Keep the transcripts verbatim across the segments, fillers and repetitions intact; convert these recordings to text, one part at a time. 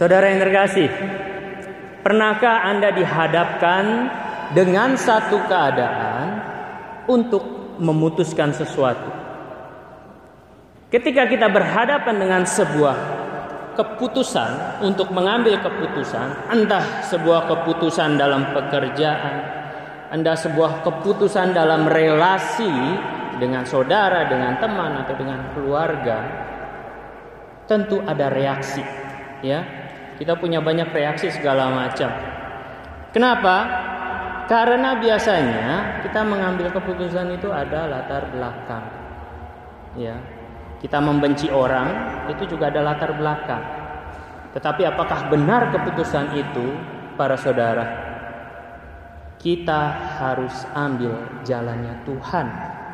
Saudara yang terkasih, pernahkah Anda dihadapkan dengan satu keadaan untuk memutuskan sesuatu? Ketika kita berhadapan dengan sebuah keputusan untuk mengambil keputusan, entah sebuah keputusan dalam pekerjaan, entah sebuah keputusan dalam relasi dengan saudara, dengan teman atau dengan keluarga, tentu ada reaksi, ya. Kita punya banyak reaksi segala macam. Kenapa? Karena biasanya kita mengambil keputusan itu ada latar belakang, ya. Kita membenci orang, itu juga ada latar belakang. Tetapi apakah benar keputusan itu, para saudara? Kita harus ambil jalannya Tuhan.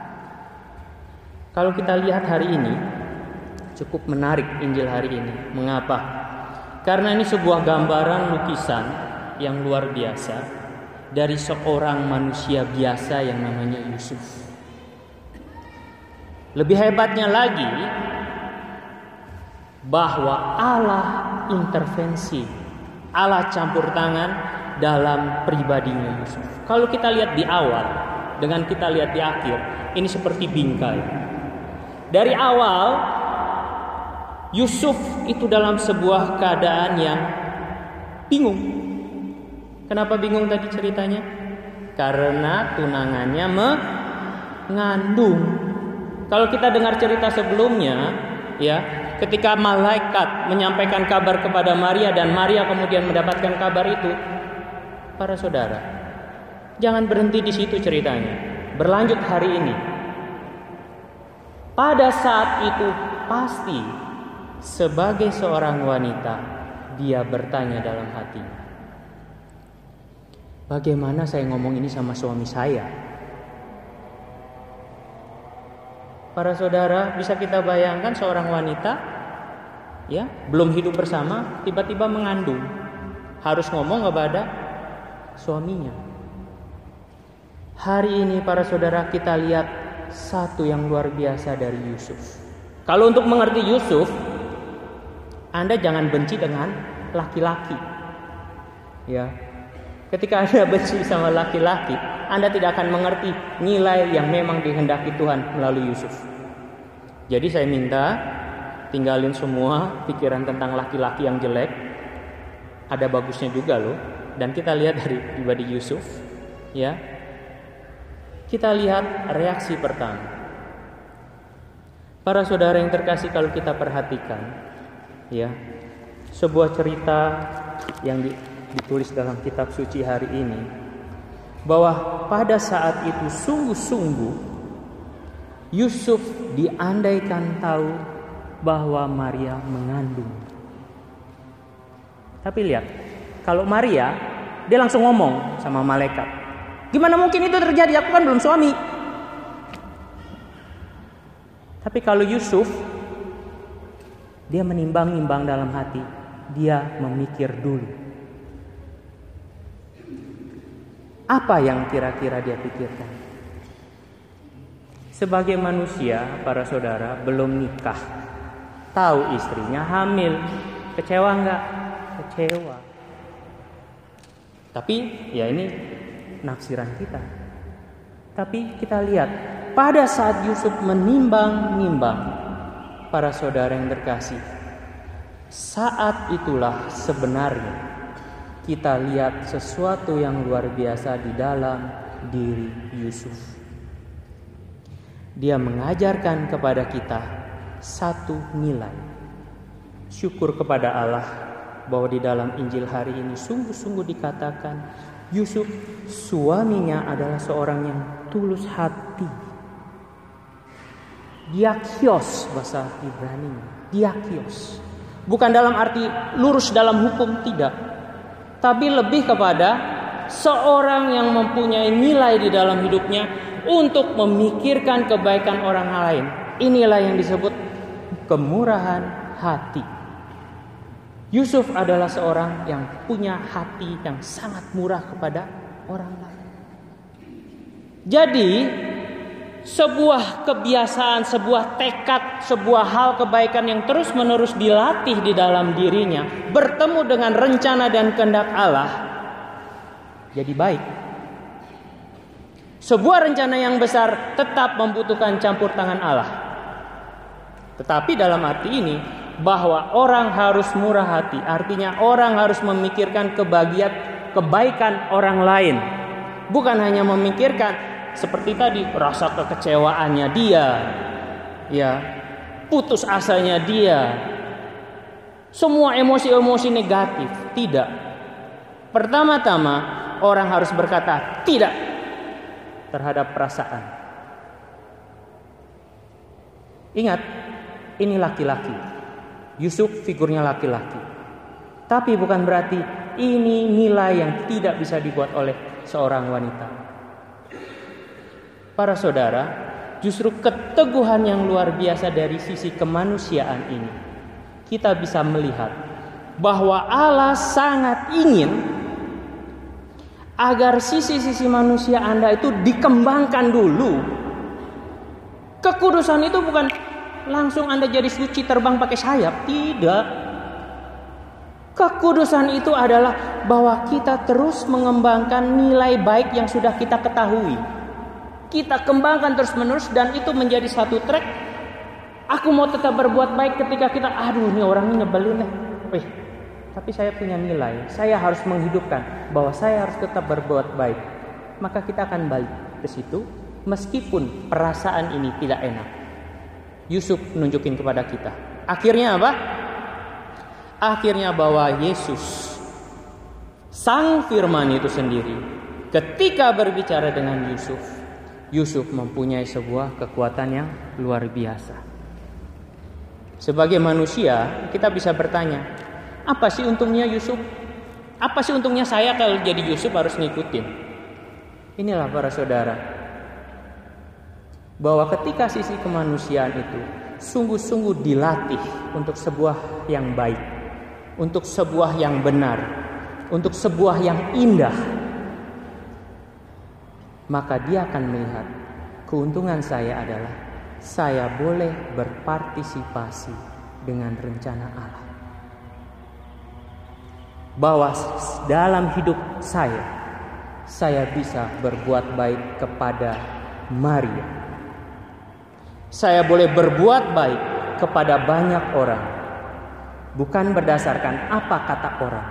Kalau kita lihat hari ini, cukup menarik Injil hari ini. Mengapa? Karena ini sebuah gambaran lukisan yang luar biasa dari seorang manusia biasa yang namanya Yusuf. Lebih hebatnya lagi, bahwa Allah intervensi, Allah campur tangan dalam pribadinya Yusuf. Kalau kita lihat di awal dengan kita lihat di akhir, ini seperti bingkai. Dari awal Yusuf itu dalam sebuah keadaan yang bingung. Kenapa bingung tadi ceritanya? Karena tunangannya mengandung. Kalau kita dengar cerita sebelumnya, ya, ketika malaikat menyampaikan kabar kepada Maria dan Maria kemudian mendapatkan kabar itu, para saudara, jangan berhenti di situ ceritanya. Berlanjut hari ini. Pada saat itu pasti sebagai seorang wanita dia bertanya dalam hatinya, bagaimana saya ngomong ini sama suami saya? Para saudara, bisa kita bayangkan seorang wanita, ya, belum hidup bersama, tiba-tiba mengandung, harus ngomong kepada suaminya. Hari ini para saudara, kita lihat satu yang luar biasa dari Yusuf. Kalau untuk mengerti Yusuf, Anda jangan benci dengan laki-laki, ya. Ketika Anda benci sama laki-laki, Anda tidak akan mengerti nilai yang memang dikehendaki Tuhan melalui Yusuf. Jadi saya minta tinggalin semua pikiran tentang laki-laki yang jelek. Ada bagusnya juga loh. Dan kita lihat dari pribadi Yusuf, ya. Kita lihat reaksi pertama. Para saudara yang terkasih, kalau kita perhatikan, ya, sebuah cerita yang ditulis dalam kitab suci hari ini, bahwa pada saat itu sungguh-sungguh Yusuf diandaikan tahu bahwa Maria mengandung. Tapi lihat, kalau Maria, dia langsung ngomong sama malaikat, gimana mungkin itu terjadi, aku kan belum suami. Tapi kalau Yusuf, dia menimbang-nimbang dalam hati, dia memikir dulu. Apa yang kira-kira dia pikirkan? Sebagai manusia, para saudara, belum nikah, tahu istrinya hamil, kecewa enggak? Kecewa. Tapi ya ini nafsiran kita. Tapi kita lihat, pada saat Yusuf menimbang-nimbang, para saudara yang terkasih, saat itulah sebenarnya kita lihat sesuatu yang luar biasa di dalam diri Yusuf. Dia mengajarkan kepada kita satu nilai. Syukur kepada Allah bahwa di dalam Injil hari ini sungguh-sungguh dikatakan Yusuf suaminya adalah seorang yang tulus hati. Diakios bahasa Ibrani. Diakios. Bukan dalam arti lurus dalam hukum, tidak. Tapi lebih kepada seorang yang mempunyai nilai di dalam hidupnya untuk memikirkan kebaikan orang lain. Inilah yang disebut kemurahan hati. Yusuf adalah seorang yang punya hati yang sangat murah kepada orang lain. Jadi sebuah kebiasaan, sebuah tekad, sebuah hal kebaikan yang terus-menerus dilatih di dalam dirinya, bertemu dengan rencana dan kehendak Allah, jadi baik. Sebuah rencana yang besar tetap membutuhkan campur tangan Allah. Tetapi dalam arti ini, bahwa orang harus murah hati, artinya orang harus memikirkan kebahagiaan, kebaikan orang lain, bukan hanya memikirkan seperti tadi rasa kekecewaannya dia, ya, putus asanya dia, semua emosi-emosi negatif. Tidak. Pertama-tama orang harus berkata tidak terhadap perasaan. Ingat, ini laki-laki. Yusuf figurnya laki-laki. Tapi bukan berarti ini nilai yang tidak bisa dibuat oleh seorang wanita. Para saudara, justru keteguhan yang luar biasa dari sisi kemanusiaan ini, kita bisa melihat bahwa Allah sangat ingin agar sisi-sisi manusia Anda itu dikembangkan dulu. Kekudusan itu bukan langsung Anda jadi suci terbang pakai sayap. Tidak. Kekudusan itu adalah bahwa kita terus mengembangkan nilai baik yang sudah kita ketahui. Kita kembangkan terus menerus, dan itu menjadi satu track. Aku mau tetap berbuat baik ketika kita, aduh ini orang ini nyebelin nih. Wih, tapi saya punya nilai. Saya harus menghidupkan bahwa saya harus tetap berbuat baik. Maka kita akan balik ke situ meskipun perasaan ini tidak enak. Yusuf nunjukin kepada kita. Akhirnya apa? Akhirnya bahwa Yesus, Sang Firman itu sendiri, ketika berbicara dengan Yusuf, Yusuf mempunyai sebuah kekuatan yang luar biasa. Sebagai manusia, kita bisa bertanya, apa sih untungnya Yusuf? Apa sih untungnya saya kalau jadi Yusuf harus ngikutin? Inilah para saudara, bahwa ketika sisi kemanusiaan itu sungguh-sungguh dilatih untuk sebuah yang baik, untuk sebuah yang benar, untuk sebuah yang indah, maka dia akan melihat keuntungan saya adalah saya boleh berpartisipasi dengan rencana Allah. Bahwa dalam hidup saya, saya bisa berbuat baik kepada Maria. Saya boleh berbuat baik kepada banyak orang, bukan berdasarkan apa kata orang.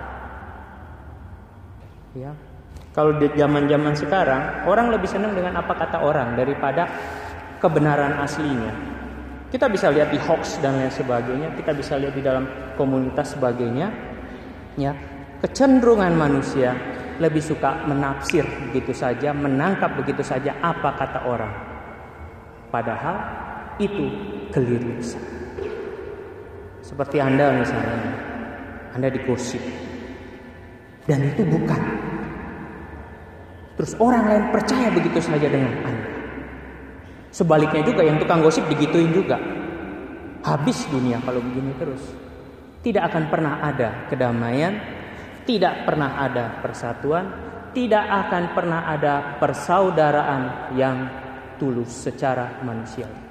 Ya, kalau di zaman-zaman sekarang, orang lebih senang dengan apa kata orang daripada kebenaran aslinya. Kita bisa lihat di hoax dan lain sebagainya. Kita bisa lihat di dalam komunitas sebagainya. Ya, kecenderungan manusia lebih suka menafsir begitu saja, menangkap begitu saja apa kata orang. Padahal itu keliru. Seperti Anda misalnya, Anda digosip, dan itu bukan. Terus orang lain percaya begitu saja dengan Anda. Sebaliknya juga, yang tukang gosip digituin juga. Habis dunia kalau begini terus. Tidak akan pernah ada kedamaian, tidak pernah ada persatuan, tidak akan pernah ada persaudaraan yang tulus secara manusiawi.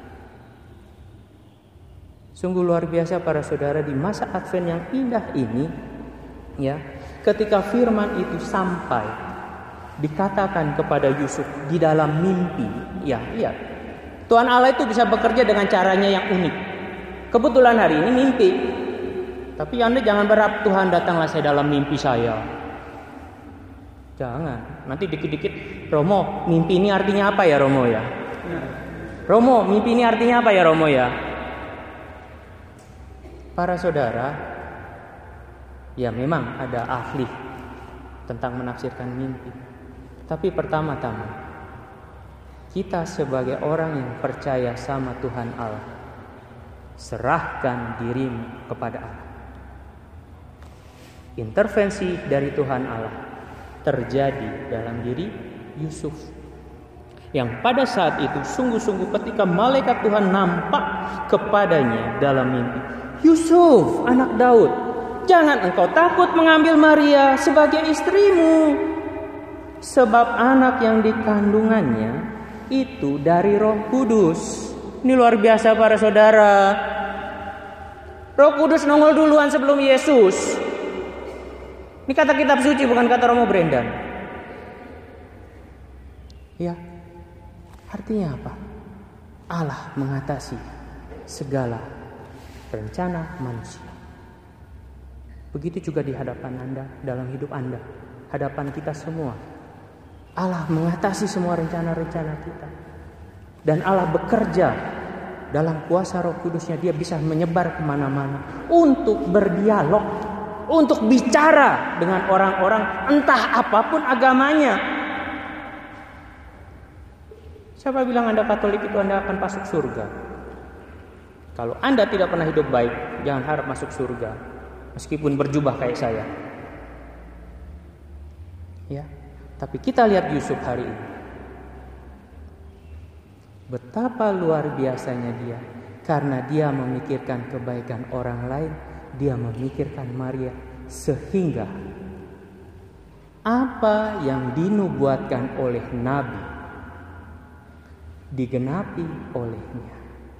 Sungguh luar biasa para saudara, di masa Advent yang indah ini, ya, ketika firman itu sampai dikatakan kepada Yusuf di dalam mimpi, ya, iya, Tuhan Allah itu bisa bekerja dengan caranya yang unik. Kebetulan hari ini mimpi, tapi Anda jangan berharap Tuhan datanglah saya dalam mimpi saya. Jangan. Nanti dikit-dikit, Romo, mimpi ini artinya apa ya Romo ya? Romo, mimpi ini artinya apa ya Romo ya? Para saudara, ya memang ada ahli tentang menafsirkan mimpi. Tapi pertama-tama, kita sebagai orang yang percaya sama Tuhan Allah, serahkan dirimu kepada Allah. Intervensi dari Tuhan Allah terjadi dalam diri Yusuf, yang pada saat itu sungguh-sungguh ketika malaikat Tuhan nampak kepadanya dalam mimpi, Yusuf, anak Daud, jangan engkau takut mengambil Maria sebagai istrimu, sebab anak yang dikandungannya itu dari Roh Kudus. Ini luar biasa para saudara. Roh Kudus nongol duluan sebelum Yesus. Ini kata kitab suci, bukan kata Romo Brendan. Ya, artinya apa? Allah mengatasi segala rencana manusia. Begitu juga di hadapan Anda, dalam hidup Anda, hadapan kita semua. Allah mengatasi semua rencana-rencana kita. Dan Allah bekerja dalam kuasa Roh Kudusnya. Dia bisa menyebar kemana-mana untuk berdialog, untuk bicara dengan orang-orang entah apapun agamanya. Siapa bilang Anda Katolik itu Anda akan masuk surga? Kalau Anda tidak pernah hidup baik, jangan harap masuk surga, meskipun berjubah kayak saya. Ya, tapi kita lihat Yusuf hari ini. Betapa luar biasanya dia. Karena dia memikirkan kebaikan orang lain, dia memikirkan Maria. Sehingga apa yang dinubuatkan oleh Nabi digenapi olehnya.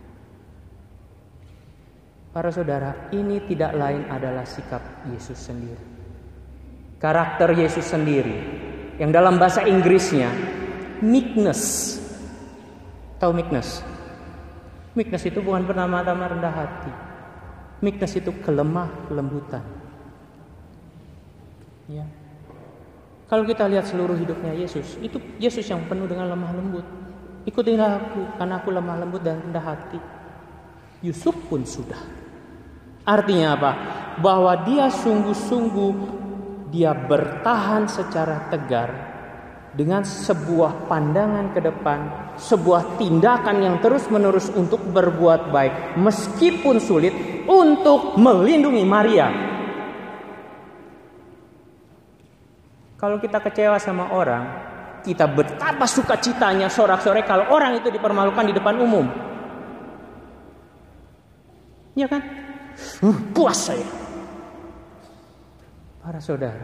Para saudara, ini tidak lain adalah sikap Yesus sendiri. Karakter Yesus sendiri, yang dalam bahasa Inggrisnya meekness. Tahu meekness? Meekness itu bukan pertama-tama rendah hati. Meekness itu kelemah lembutan. Ya. Kalau kita lihat seluruh hidupnya Yesus, itu Yesus yang penuh dengan lemah lembut. Ikutilah aku, karena aku lemah lembut dan rendah hati. Yusuf pun sudah. Artinya apa? Bahwa dia sungguh-sungguh dia bertahan secara tegar dengan sebuah pandangan ke depan, sebuah tindakan yang terus-menerus untuk berbuat baik meskipun sulit, untuk melindungi Maria. Kalau kita kecewa sama orang, kita betapa sukacitanya sorak-sorai kalau orang itu dipermalukan di depan umum. Ya kan? Uh, puas saya. Para saudara,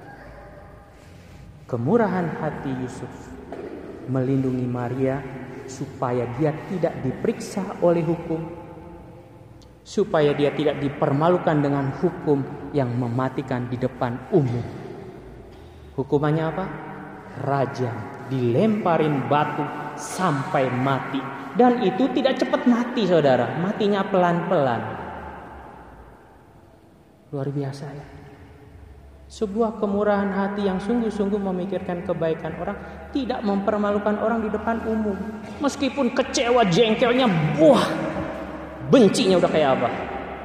kemurahan hati Yusuf melindungi Maria supaya dia tidak diperiksa oleh hukum, supaya dia tidak dipermalukan dengan hukum yang mematikan di depan umum. Hukumannya apa? Rajam, dilemparin batu sampai mati. Dan itu tidak cepat mati, saudara. Matinya pelan-pelan. Luar biasa ya. Sebuah kemurahan hati yang sungguh-sungguh memikirkan kebaikan orang, tidak mempermalukan orang di depan umum. Meskipun kecewa, jengkelnya, buah, bencinya udah kayak apa.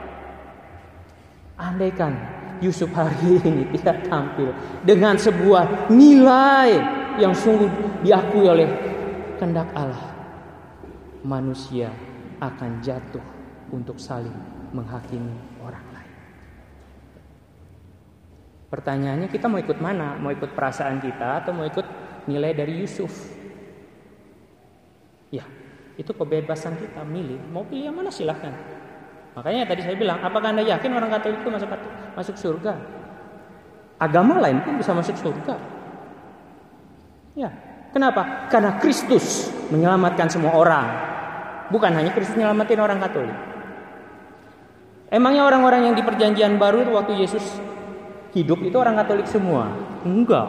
Andaikan Yusuf hari ini tidak tampil dengan sebuah nilai yang sungguh diakui oleh kehendak Allah, manusia akan jatuh untuk saling menghakimi orang lain. Pertanyaannya, kita mau ikut mana? Mau ikut perasaan kita atau mau ikut nilai dari Yusuf? Ya, itu kebebasan kita milih. Mau pilih yang mana silahkan. Makanya tadi saya bilang, apakah Anda yakin orang Katolik itu masuk masuk surga? Agama lain pun bisa masuk surga. Ya, kenapa? Karena Kristus menyelamatkan semua orang. Bukan hanya Kristus menyelamatin orang Katolik. Emangnya orang-orang yang di perjanjian baru waktu Yesus hidup itu orang Katolik semua? Enggak.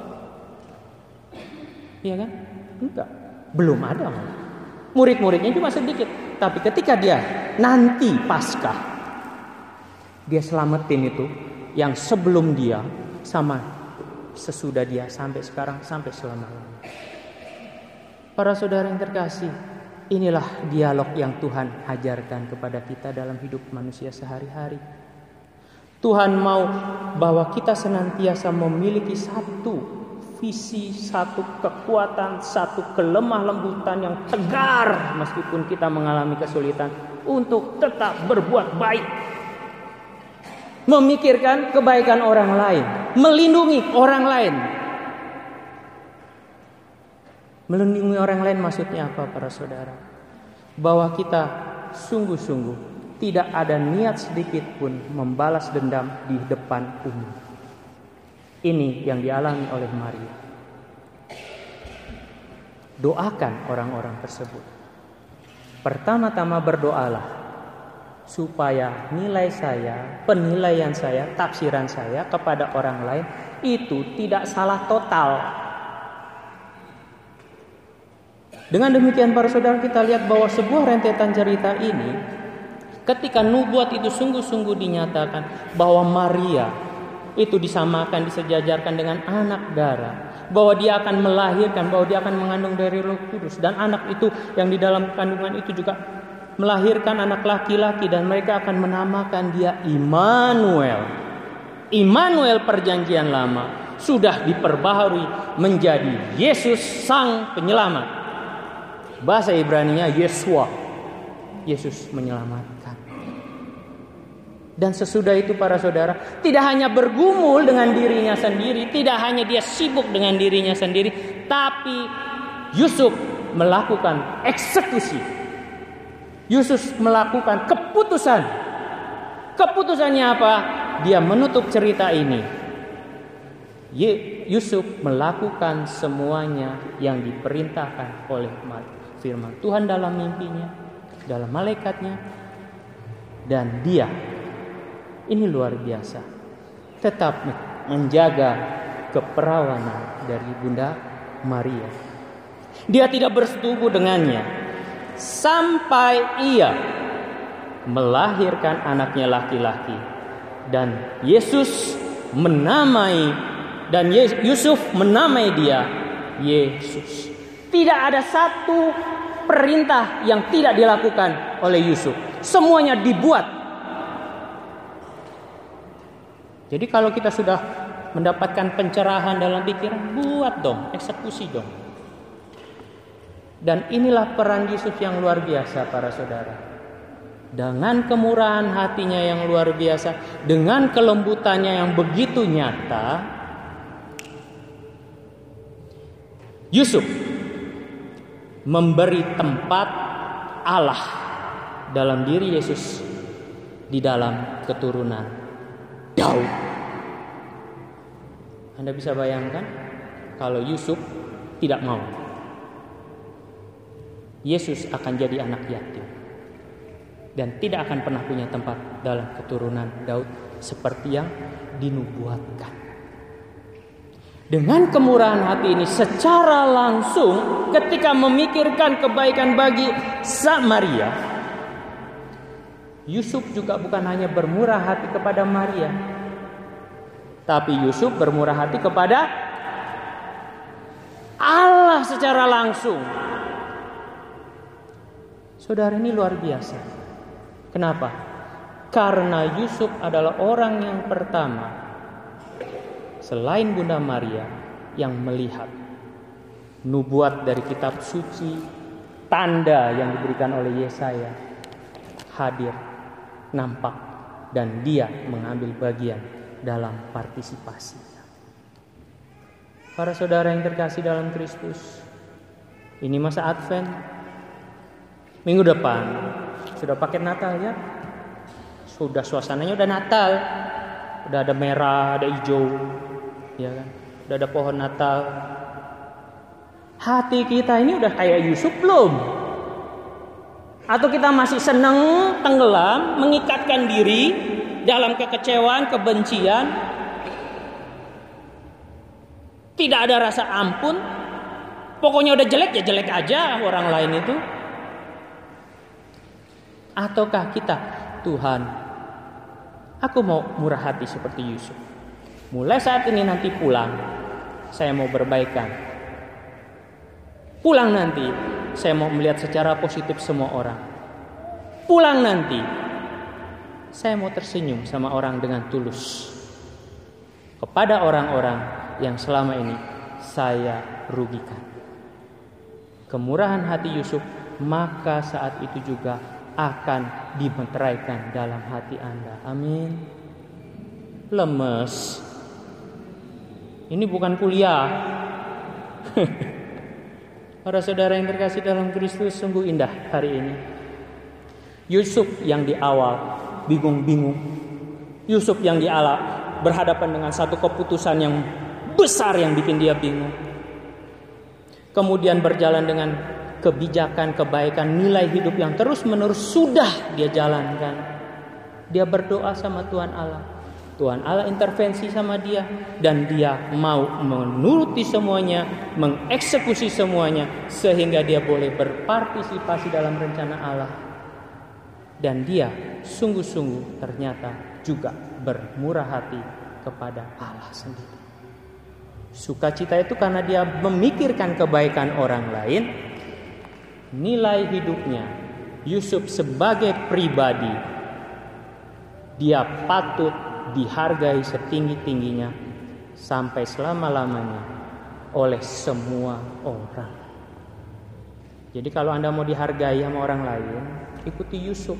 Iya kan? Enggak. Belum ada malah. Murid-muridnya cuma sedikit. Tapi ketika dia nanti Paskah, dia selamatin itu yang sebelum dia sama sesudah dia sampai sekarang, sampai selama-lamanya. Para saudara yang terkasih, inilah dialog yang Tuhan ajarkan kepada kita dalam hidup manusia sehari-hari. Tuhan mau bahwa kita senantiasa memiliki satu visi, satu kekuatan, satu kelemah lembutan yang tegar meskipun kita mengalami kesulitan untuk tetap berbuat baik. Memikirkan kebaikan orang lain, melindungi orang lain. Melindungi orang lain maksudnya apa, para saudara? Bahwa kita sungguh-sungguh tidak ada niat sedikit pun membalas dendam di depan umum. Ini yang dialami oleh Maria. Doakan orang-orang tersebut. Pertama-tama berdoalah supaya nilai saya, penilaian saya, tafsiran saya kepada orang lain itu tidak salah total. Dengan demikian para saudara, kita lihat bahwa sebuah rentetan cerita ini, ketika nubuat itu sungguh-sungguh dinyatakan bahwa Maria itu disamakan, disejajarkan dengan anak darah, bahwa dia akan melahirkan, bahwa dia akan mengandung dari Roh Kudus, dan anak itu yang di dalam kandungan itu juga melahirkan anak laki-laki, dan mereka akan menamakan dia Immanuel. Immanuel perjanjian lama sudah diperbaharui menjadi Yesus Sang Penyelamat. Bahasa Ibrani-nya Yeshua, Yesus menyelamatkan. Dan sesudah itu para saudara, tidak hanya bergumul dengan dirinya sendiri, tidak hanya dia sibuk dengan dirinya sendiri, tapi Yusuf melakukan eksekusi. Yusuf melakukan keputusan. Keputusannya apa? Dia menutup cerita ini. Yusuf melakukan semuanya yang diperintahkan oleh firman Tuhan dalam mimpinya, dalam malaikatnya, dan dia, ini luar biasa, tetap menjaga keperawanan dari Bunda Maria. Dia tidak bersetubuh dengannya sampai ia melahirkan anaknya laki-laki, dan Yesus menamai dan Yusuf menamai dia Yesus. Tidak ada satu perintah yang tidak dilakukan oleh Yusuf. Semuanya dibuat. Jadi kalau kita sudah mendapatkan pencerahan dalam pikiran, buat dong, eksekusi dong. Dan inilah peran Yusuf yang luar biasa para saudara. Dengan kemurahan hatinya yang luar biasa, dengan kelembutannya yang begitu nyata, Yusuf memberi tempat Allah dalam diri Yesus di dalam keturunan Daud. Anda bisa bayangkan kalau Yusuf tidak mau, Yesus akan jadi anak yatim dan tidak akan pernah punya tempat dalam keturunan Daud seperti yang dinubuatkan. Dengan kemurahan hati ini secara langsung ketika memikirkan kebaikan bagi Maria, Yusuf juga bukan hanya bermurah hati kepada Maria, tapi Yusuf bermurah hati kepada Allah secara langsung. Saudara, ini luar biasa. Kenapa? Karena Yusuf adalah orang yang pertama selain Bunda Maria yang melihat nubuat dari kitab suci, tanda yang diberikan oleh Yesaya hadir, nampak, dan dia mengambil bagian dalam partisipasinya. Para saudara yang terkasih dalam Kristus, ini masa Advent. Minggu depan sudah paket Natal ya. Sudah suasananya udah Natal. Udah ada merah, ada hijau, ya kan? Udah ada pohon Natal. Hati kita ini udah kayak Yusuf belum? Atau kita masih senang tenggelam, mengikatkan diri dalam kekecewaan, kebencian, tidak ada rasa ampun, pokoknya udah jelek ya jelek aja orang lain itu? Ataukah kita, Tuhan, aku mau murah hati seperti Yusuf. Mulai saat ini nanti pulang, saya mau berbaikan. Pulang nanti, saya mau melihat secara positif semua orang. Pulang nanti, saya mau tersenyum sama orang dengan tulus. Kepada orang-orang yang selama ini saya rugikan. Kemurahan hati Yusuf, maka saat itu juga akan dimeteraikan dalam hati Anda. Amin. Lemes. Ini bukan kuliah. Para saudara yang terkasih dalam Kristus, sungguh indah hari ini. Yusuf yang di awal bingung-bingung. Yusuf yang di awal berhadapan dengan satu keputusan yang besar yang bikin dia bingung. kemudian berjalan dengan kebijakan, kebaikan, nilai hidup yang terus-menerus sudah dia jalankan. Dia berdoa sama Tuhan Allah. Tuhan Allah intervensi sama dia dan dia mau menuruti semuanya, mengeksekusi semuanya sehingga dia boleh berpartisipasi dalam rencana Allah. Dan dia sungguh-sungguh ternyata juga bermurah hati kepada Allah sendiri. Sukacita itu karena dia memikirkan kebaikan orang lain. Nilai hidupnya Yusuf sebagai pribadi, dia patut dihargai setinggi-tingginya sampai selama-lamanya oleh semua orang. Jadi kalau Anda mau dihargai sama orang lain, ikuti Yusuf.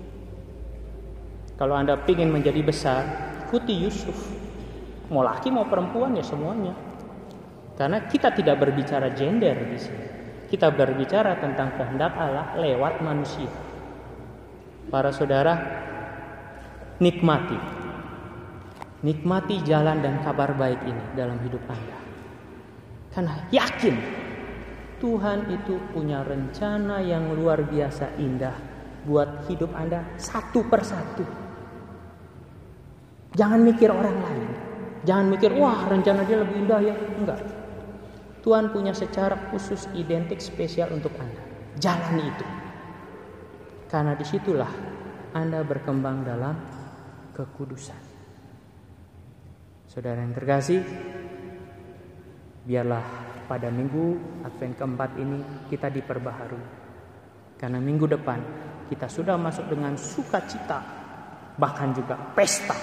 Kalau Anda ingin menjadi besar, ikuti Yusuf. Mau laki mau perempuan ya semuanya. Karena kita tidak berbicara gender di sini. Kita berbicara tentang kehendak Allah lewat manusia. Para saudara, nikmati. Nikmati jalan dan kabar baik ini dalam hidup Anda. Karena yakin Tuhan itu punya rencana yang luar biasa indah buat hidup Anda satu persatu. Jangan mikir orang lain. Jangan mikir, wah rencana dia lebih indah ya. Enggak. Tuhan punya secara khusus, identik, spesial untuk Anda. Jalani itu. Karena disitulah Anda berkembang dalam kekudusan. Saudara yang terkasih, biarlah pada minggu Advent keempat ini kita diperbaharui. Karena minggu depan kita sudah masuk dengan sukacita, bahkan juga pesta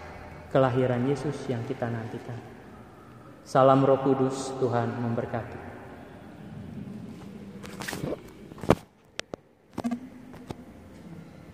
kelahiran Yesus yang kita nantikan. Salam Roh Kudus, Tuhan memberkati.